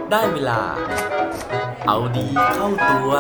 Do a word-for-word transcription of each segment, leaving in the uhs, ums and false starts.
ได้เวลาเอาดีเข้าตัว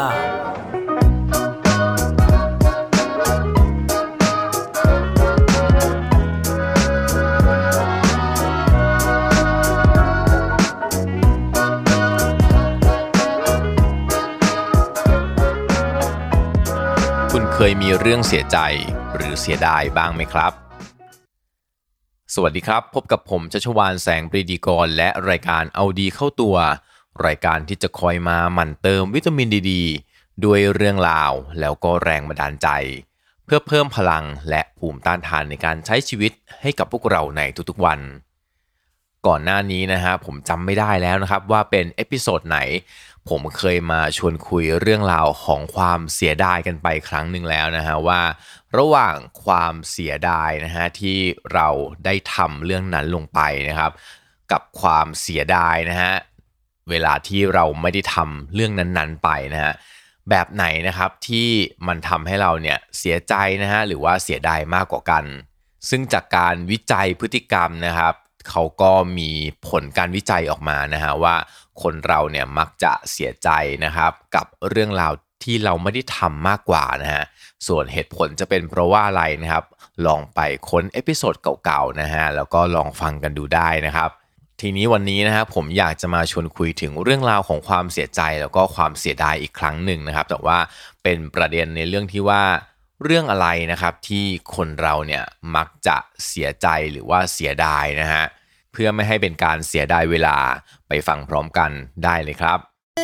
คุณเคยมีเรื่องเสียใจหรือเสียดายบ้างไหมครับสวัสดีครับพบกับผมชัชวาลแสงปรีดีกรและรายการเอาดีเข้าตัวรายการที่จะคอยมาหมั่นเติมวิตามินดีดีด้วยเรื่องราวแล้วก็แรงบันดาลใจเพื่อเพิ่มพลังและภูมิต้านทานในการใช้ชีวิตให้กับพวกเราในทุกๆวันก่อนหน้านี้นะฮะผมจำไม่ได้แล้วนะครับว่าเป็นเอพิโซดไหนผมเคยมาชวนคุยเรื่องราวของความเสียดายกันไปครั้งหนึ่งแล้วนะฮะว่าระหว่างความเสียดายนะฮะที่เราได้ทำเรื่องนั้นลงไปนะครับกับความเสียดายนะฮะเวลาที่เราไม่ได้ทำเรื่องนั้นๆไปนะฮะแบบไหนนะครับที่มันทำให้เราเนี่ยเสียใจนะฮะหรือว่าเสียดายมากกว่ากันซึ่งจากการวิจัยพฤติกรรมนะครับเขาก็มีผลการวิจัยออกมานะฮะว่าคนเราเนี่ยมักจะเสียใจนะครับกับเรื่องราวที่เราไม่ได้ทำมากกว่านะฮะส่วนเหตุผลจะเป็นเพราะว่าอะไรนะครับลองไปค้นเอพิโซดเก่าๆนะฮะแล้วก็ลองฟังกันดูได้นะครับทีนี้วันนี้นะครับผมอยากจะมาชวนคุยถึงเรื่องราวของความเสียใจแล้วก็ความเสียดายอีกครั้งหนึ่งนะครับแต่ว่าเป็นประเด็นในเรื่องที่ว่าเรื่องอะไรนะครับที่คนเราเนี่ยมักจะเสียใจหรือว่าเสียดายนะฮะเพื่อไม่ให้เป็นการเสียดายเวลาไปฟังพร้อมกันได้เลยครับ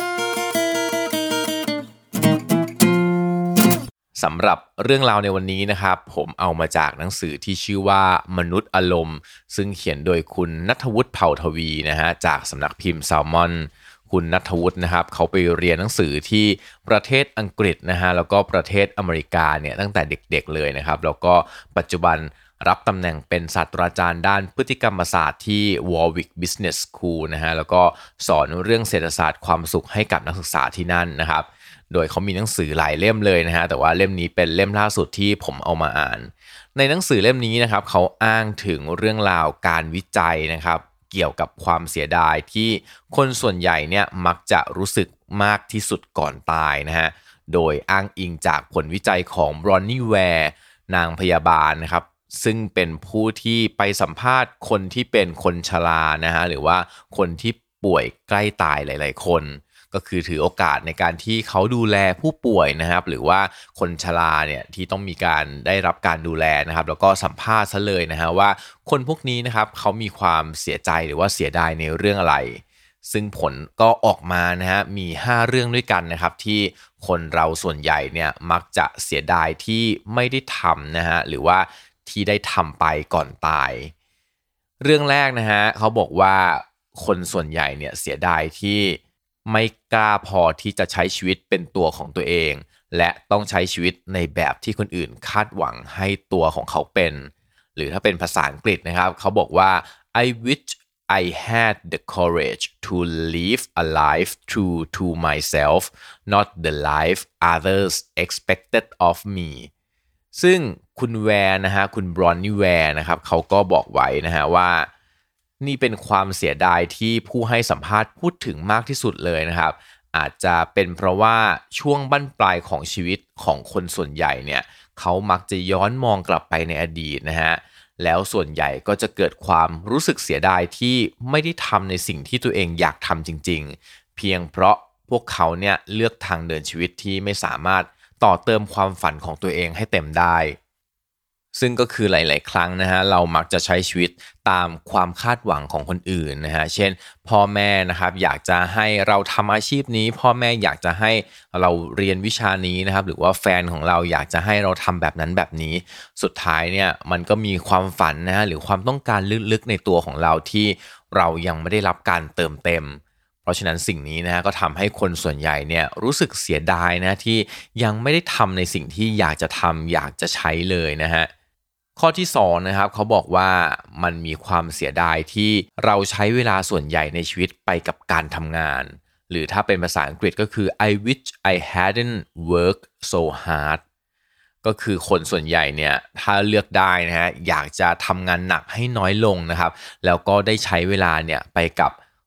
สำหรับเรื่องราวในวันนี้นะครับผมเอามาจากหนังสือที่ชื่อว่ามนุษย์อารมณ์ซึ่งเขียนโดยคุณณัฐวุฒิเผ่าทวีนะฮะจากสำนักพิมพ์แซลมอนคุณณัฐวุฒินะครับเขาไปเรียนหนังสือที่ประเทศอังกฤษนะฮะแล้วก็ประเทศอเมริกาเนี่ยตั้งแต่เด็กๆเลยนะครับแล้วก็ปัจจุบันรับตำแหน่งเป็นศาสตราจารย์ด้านพฤติกรรมศาสตร์ที่ Warwick Business School นะฮะแล้วก็สอนเรื่องเศรษฐศาสตร์ความสุขให้กับนักศึกษาที่นั่นนะครับโดยเขามีหนังสือหลายเล่มเลยนะฮะแต่ว่าเล่มนี้เป็นเล่มล่าสุดที่ผมเอามาอ่านในหนังสือเล่มนี้นะครับเขาอ้างถึงเรื่องราวการวิจัยนะครับเกี่ยวกับความเสียดายที่คนส่วนใหญ่เนี่ยมักจะรู้สึกมากที่สุดก่อนตายนะฮะโดยอ้างอิงจากผลวิจัยของบรอนนี่แวร์นางพยาบาลนะครับซึ่งเป็นผู้ที่ไปสัมภาษณ์คนที่เป็นคนชรานะฮะหรือว่าคนที่ป่วยใกล้ตายหลายๆคนก็คือถือโอกาสในการที่เขาดูแลผู้ป่วยนะครับหรือว่าคนชราเนี่ยที่ต้องมีการได้รับการดูแลนะครับแล้วก็สัมภาษณ์ซะเลยนะฮะว่าคนพวกนี้นะครับเขามีความเสียใจหรือว่าเสียดายในเรื่องอะไรซึ่งผลก็ออกมานะฮะมีห้าเรื่องด้วยกันนะครับที่คนเราส่วนใหญ่เนี่ยมักจะเสียดายที่ไม่ได้ทำนะฮะหรือว่าที่ได้ทำไปก่อนตายเรื่องแรกนะฮะเขาบอกว่าคนส่วนใหญ่เนี่ยเสียดายที่ไม่กล้าพอที่จะใช้ชีวิตเป็นตัวของตัวเองและต้องใช้ชีวิตในแบบที่คนอื่นคาดหวังให้ตัวของเขาเป็นหรือถ้าเป็นภาษาอังกฤษนะครับเขาบอกว่า I wish I had the courage to live a life true to myself not the life others expected of meซึ่งคุณแวร์นะฮะคุณบรอนนี่แวร์นะครับเขาก็บอกไว้นะฮะว่านี่เป็นความเสียดายที่ผู้ให้สัมภาษณ์พูดถึงมากที่สุดเลยนะครับอาจจะเป็นเพราะว่าช่วงบั้นปลายของชีวิตของคนส่วนใหญ่เนี่ยเขามักจะย้อนมองกลับไปในอดีตนะฮะแล้วส่วนใหญ่ก็จะเกิดความรู้สึกเสียดายที่ไม่ได้ทำในสิ่งที่ตัวเองอยากทำจริงๆเพียงเพราะพวกเขาเนี่ยเลือกทางเดินชีวิตที่ไม่สามารถต่อเติมความฝันของตัวเองให้เต็มได้ซึ่งก็คือหลายๆครั้งนะฮะเรามักจะใช้ชีวิตตามความคาดหวังของคนอื่นนะฮะเช่นพ่อแม่นะครับอยากจะให้เราทำอาชีพนี้พ่อแม่อยากจะให้เราเรียนวิชานี้นะครับหรือว่าแฟนของเราอยากจะให้เราทำแบบนั้นแบบนี้สุดท้ายเนี่ยมันก็มีความฝันนะฮะหรือความต้องการลึกๆในตัวของเราที่เรายังไม่ได้รับการเติมเต็มเพราะฉะนั้นสิ่งนี้นะฮะก็ทำให้คนส่วนใหญ่เนี่ยรู้สึกเสียดายนะที่ยังไม่ได้ทำในสิ่งที่อยากจะทำอยากจะใช้เลยนะฮะข้อที่สองนะครับเขาบอกว่ามันมีความเสียดายที่เราใช้เวลาส่วนใหญ่ในชีวิตไปกับการทำงานหรือถ้าเป็นภาษาอังกฤษก็คือ I wish I hadn't worked so hard ก็คือคนส่วนใหญ่เนี่ยถ้าเลือกได้นะฮะอยากจะทำงานหนักให้น้อยลงนะครับแล้วก็ได้ใช้เวลาเนี่ยไปกับ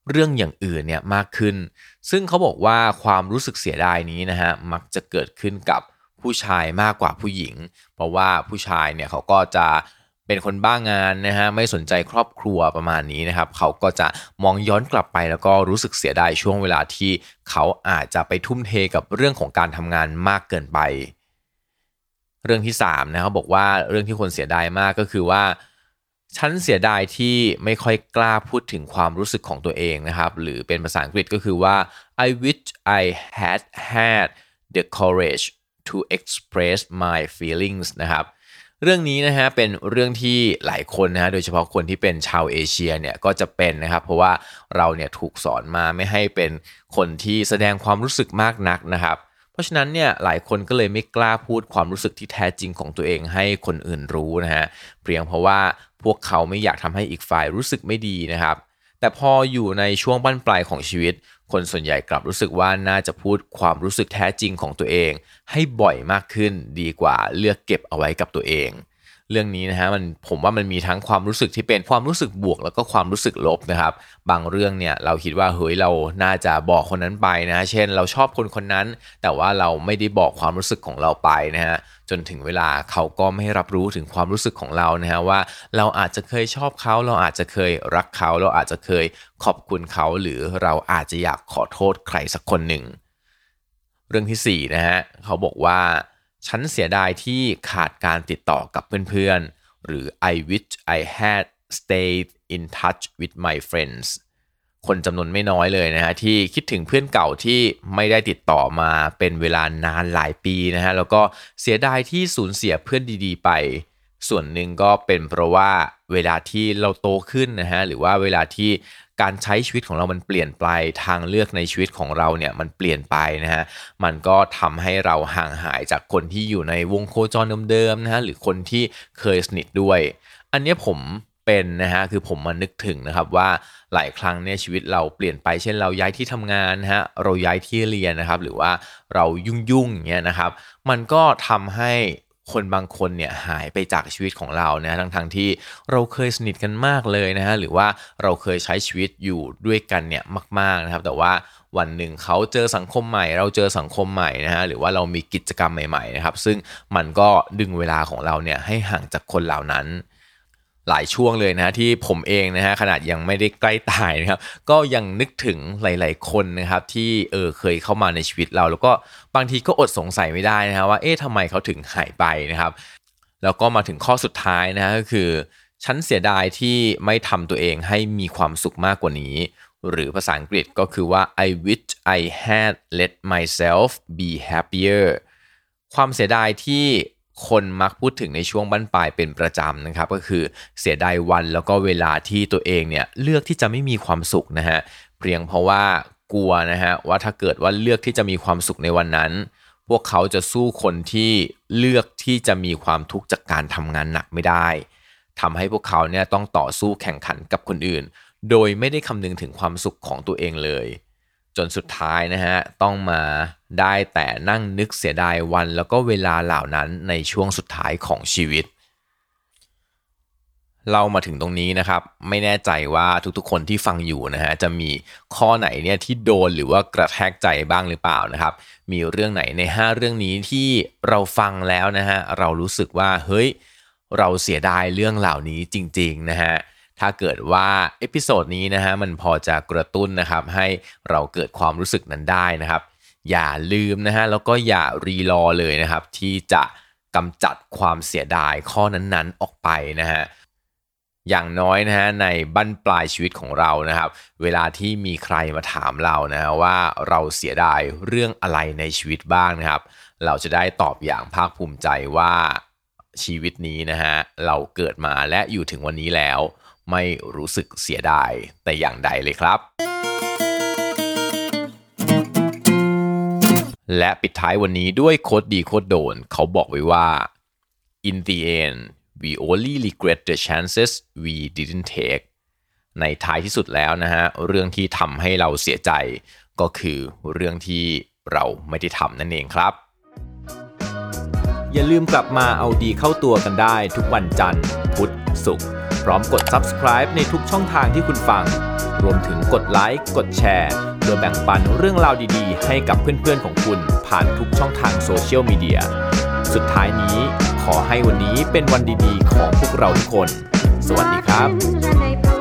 เรื่องอย่างอื่นเนี่ยมากขึ้นซึ่งเขาบอกว่าความรู้สึกเสียดายนี้นะฮะมักจะเกิดขึ้นกับผู้ชายมากกว่าผู้หญิงเพราะว่าผู้ชายเนี่ยเขาก็จะเป็นคนบ้างานนะฮะไม่สนใจครอบครัวประมาณนี้นะครับเขาก็จะมองย้อนกลับไปแล้วก็รู้สึกเสียดายช่วงเวลาที่เขาอาจจะไปทุ่มเทกับเรื่องของการทำงานมากเกินไปเรื่องที่สามนะเขาบอกว่าเรื่องที่คนเสียดายมากก็คือว่าฉันเสียดายที่ไม่ค่อยกล้าพูดถึงความรู้สึกของตัวเองนะครับหรือเป็นภาษาอังกฤษก็คือว่า I wish I had had the courage to express my feelings นะครับเรื่องนี้นะฮะเป็นเรื่องที่หลายคนนะฮะโดยเฉพาะคนที่เป็นชาวเอเชียเนี่ยก็จะเป็นนะครับเพราะว่าเราเนี่ยถูกสอนมาไม่ให้เป็นคนที่แสดงความรู้สึกมากนักนะครับเพราะฉะนั้นเนี่ยหลายคนก็เลยไม่กล้าพูดความรู้สึกที่แท้จริงของตัวเองให้คนอื่นรู้นะฮะเพียงเพราะว่าพวกเขาไม่อยากทำให้อีกฝ่ายรู้สึกไม่ดีนะครับแต่พออยู่ในช่วงบั้นปลายของชีวิตคนส่วนใหญ่กลับรู้สึกว่าน่าจะพูดความรู้สึกแท้จริงของตัวเองให้บ่อยมากขึ้นดีกว่าเลือกเก็บเอาไว้กับตัวเองเรื่องนี้นะฮะมันผมว่ามันมีทั้งความรู้สึกที่เป็นความรู้สึกบวกแล้วก็ความรู้สึกลบนะครับบางเรื่องเนี่ยเราคิดว่าเฮ้ยเราน่าจะบอกคนนั้นไปนะเช่นเราชอบคนคนนั้นแต่ว่าเราไม่ได้บอกความรู้สึกของเราไปนะฮะจนถึงเวลาเขาก็ไม่รับรู้ถึงความรู้สึกของเรานะฮะว่าเราอาจจะเคยชอบเขาเราอาจจะเคยรักเขาเราอาจจะเคยขอบคุณเขาหรือเราอาจจะอยากขอโทษใครสักคนหนึ่งเรื่องที่สี่นะฮะเขาบอกว่าฉันเสียดายที่ขาดการติดต่อกับเพื่อนๆหรือ I wish I had stayed in touch with my friends คนจำนวนไม่น้อยเลยนะฮะที่คิดถึงเพื่อนเก่าที่ไม่ได้ติดต่อมาเป็นเวลานานหลายปีนะฮะแล้วก็เสียดายที่สูญเสียเพื่อนดีๆไปส่วนหนึ่งก็เป็นเพราะว่าเวลาที่เราโตขึ้นนะฮะหรือว่าเวลาที่การใช้ชีวิตของเรามันเปลี่ยนไปทางเลือกในชีวิตของเราเนี่ยมันเปลี่ยนไปนะฮะมันก็ทำให้เราห่างหายจากคนที่อยู่ในวงโคจรเดิมๆนะฮะหรือคนที่เคยสนิทด้วยอันนี้ผมเป็นนะฮะคือผมมานึกถึงนะครับว่าหลายครั้งเนี่ยชีวิตเราเปลี่ยนไปเช่นเราย้ายที่ทำงานนะฮะเราย้ายที่เรียนนะครับหรือว่าเรายุ่งๆอย่างเงี้ยนะครับมันก็ทำให้คนบางคนเนี่ยหายไปจากชีวิตของเรานะทั้งๆที่เราเคยสนิทกันมากเลยนะฮะหรือว่าเราเคยใช้ชีวิตอยู่ด้วยกันเนี่ยมากๆนะครับแต่ว่าวันหนึ่งเขาเจอสังคมใหม่เราเจอสังคมใหม่นะฮะหรือว่าเรามีกิจกรรมใหม่ๆนะครับซึ่งมันก็ดึงเวลาของเราเนี่ยให้ห่างจากคนเหล่านั้นหลายช่วงเลยนะที่ผมเองนะฮะขนาดยังไม่ได้ใกล้ตายนะครับก็ยังนึกถึงหลายๆคนนะครับที่เออเคยเข้ามาในชีวิตเราแล้วก็บางทีก็อดสงสัยไม่ได้นะฮะว่าเอ๊ะทำไมเขาถึงหายไปนะครับแล้วก็มาถึงข้อสุดท้ายนะก็คือฉันเสียดายที่ไม่ทำตัวเองให้มีความสุขมากกว่านี้หรือภาษาอังกฤษก็คือว่า I wish I had let myself be happier ความเสียดายที่คนมักพูดถึงในช่วงบั้นปลายเป็นประจำนะครับก็คือเสียดายวันแล้วก็เวลาที่ตัวเองเนี่ยเลือกที่จะไม่มีความสุขนะฮะเพียงเพราะว่ากลัวนะฮะว่าถ้าเกิดว่าเลือกที่จะมีความสุขในวันนั้นพวกเขาจะสู้คนที่เลือกที่จะมีความทุกข์จากการทำงานหนักไม่ได้ทำให้พวกเขาเนี่ยต้องต่อสู้แข่งขันกับคนอื่นโดยไม่ได้คำนึงถึงความสุขของตัวเองเลยจนสุดท้ายนะฮะต้องมาได้แต่นั่งนึกเสียดายวันแล้วก็เวลาเหล่านั้นในช่วงสุดท้ายของชีวิตเรามาถึงตรงนี้นะครับไม่แน่ใจว่าทุกๆคนที่ฟังอยู่นะฮะจะมีข้อไหนเนี่ยที่โดนหรือว่ากระแทกใจบ้างหรือเปล่านะครับมีเรื่องไหนในห้าเรื่องนี้ที่เราฟังแล้วนะฮะเรารู้สึกว่าเฮ้ยเราเสียดายเรื่องเหล่านี้จริงๆนะฮะถ้าเกิดว่าเอพิโซดนี้นะฮะมันพอจะกระตุ้นนะครับให้เราเกิดความรู้สึกนั้นได้นะครับอย่าลืมนะฮะแล้วก็อย่ารีรอเลยนะครับที่จะกำจัดความเสียดายข้อนั้นๆออกไปนะฮะอย่างน้อยนะฮะในบั้นปลายชีวิตของเรานะครับเวลาที่มีใครมาถามเรานะฮะว่าเราเสียดายเรื่องอะไรในชีวิตบ้างนะครับเราจะได้ตอบอย่างภาคภูมิใจว่าชีวิตนี้นะฮะเราเกิดมาและอยู่ถึงวันนี้แล้วไม่รู้สึกเสียดายแต่อย่างใดเลยครับและปิดท้ายวันนี้ด้วยโค้ดดีโค้ดโดนเขาบอกไว้ว่า in the end we only regret the chances we didn't take ในท้ายที่สุดแล้วนะฮะเรื่องที่ทำให้เราเสียใจก็คือเรื่องที่เราไม่ได้ทำนั่นเองครับอย่าลืมกลับมาเอาดีเข้าตัวกันได้ทุกวันจันทร์พุธศุกร์พร้อมกด Subscribe ในทุกช่องทางที่คุณฟังรวมถึงกดไลค์กดแชร์เพื่อแบ่งปันเรื่องราวดีๆให้กับเพื่อนๆของคุณผ่านทุกช่องทางโซเชียลมีเดียสุดท้ายนี้ขอให้วันนี้เป็นวันดีๆของพวกเราทุกคนสวัสดีครับ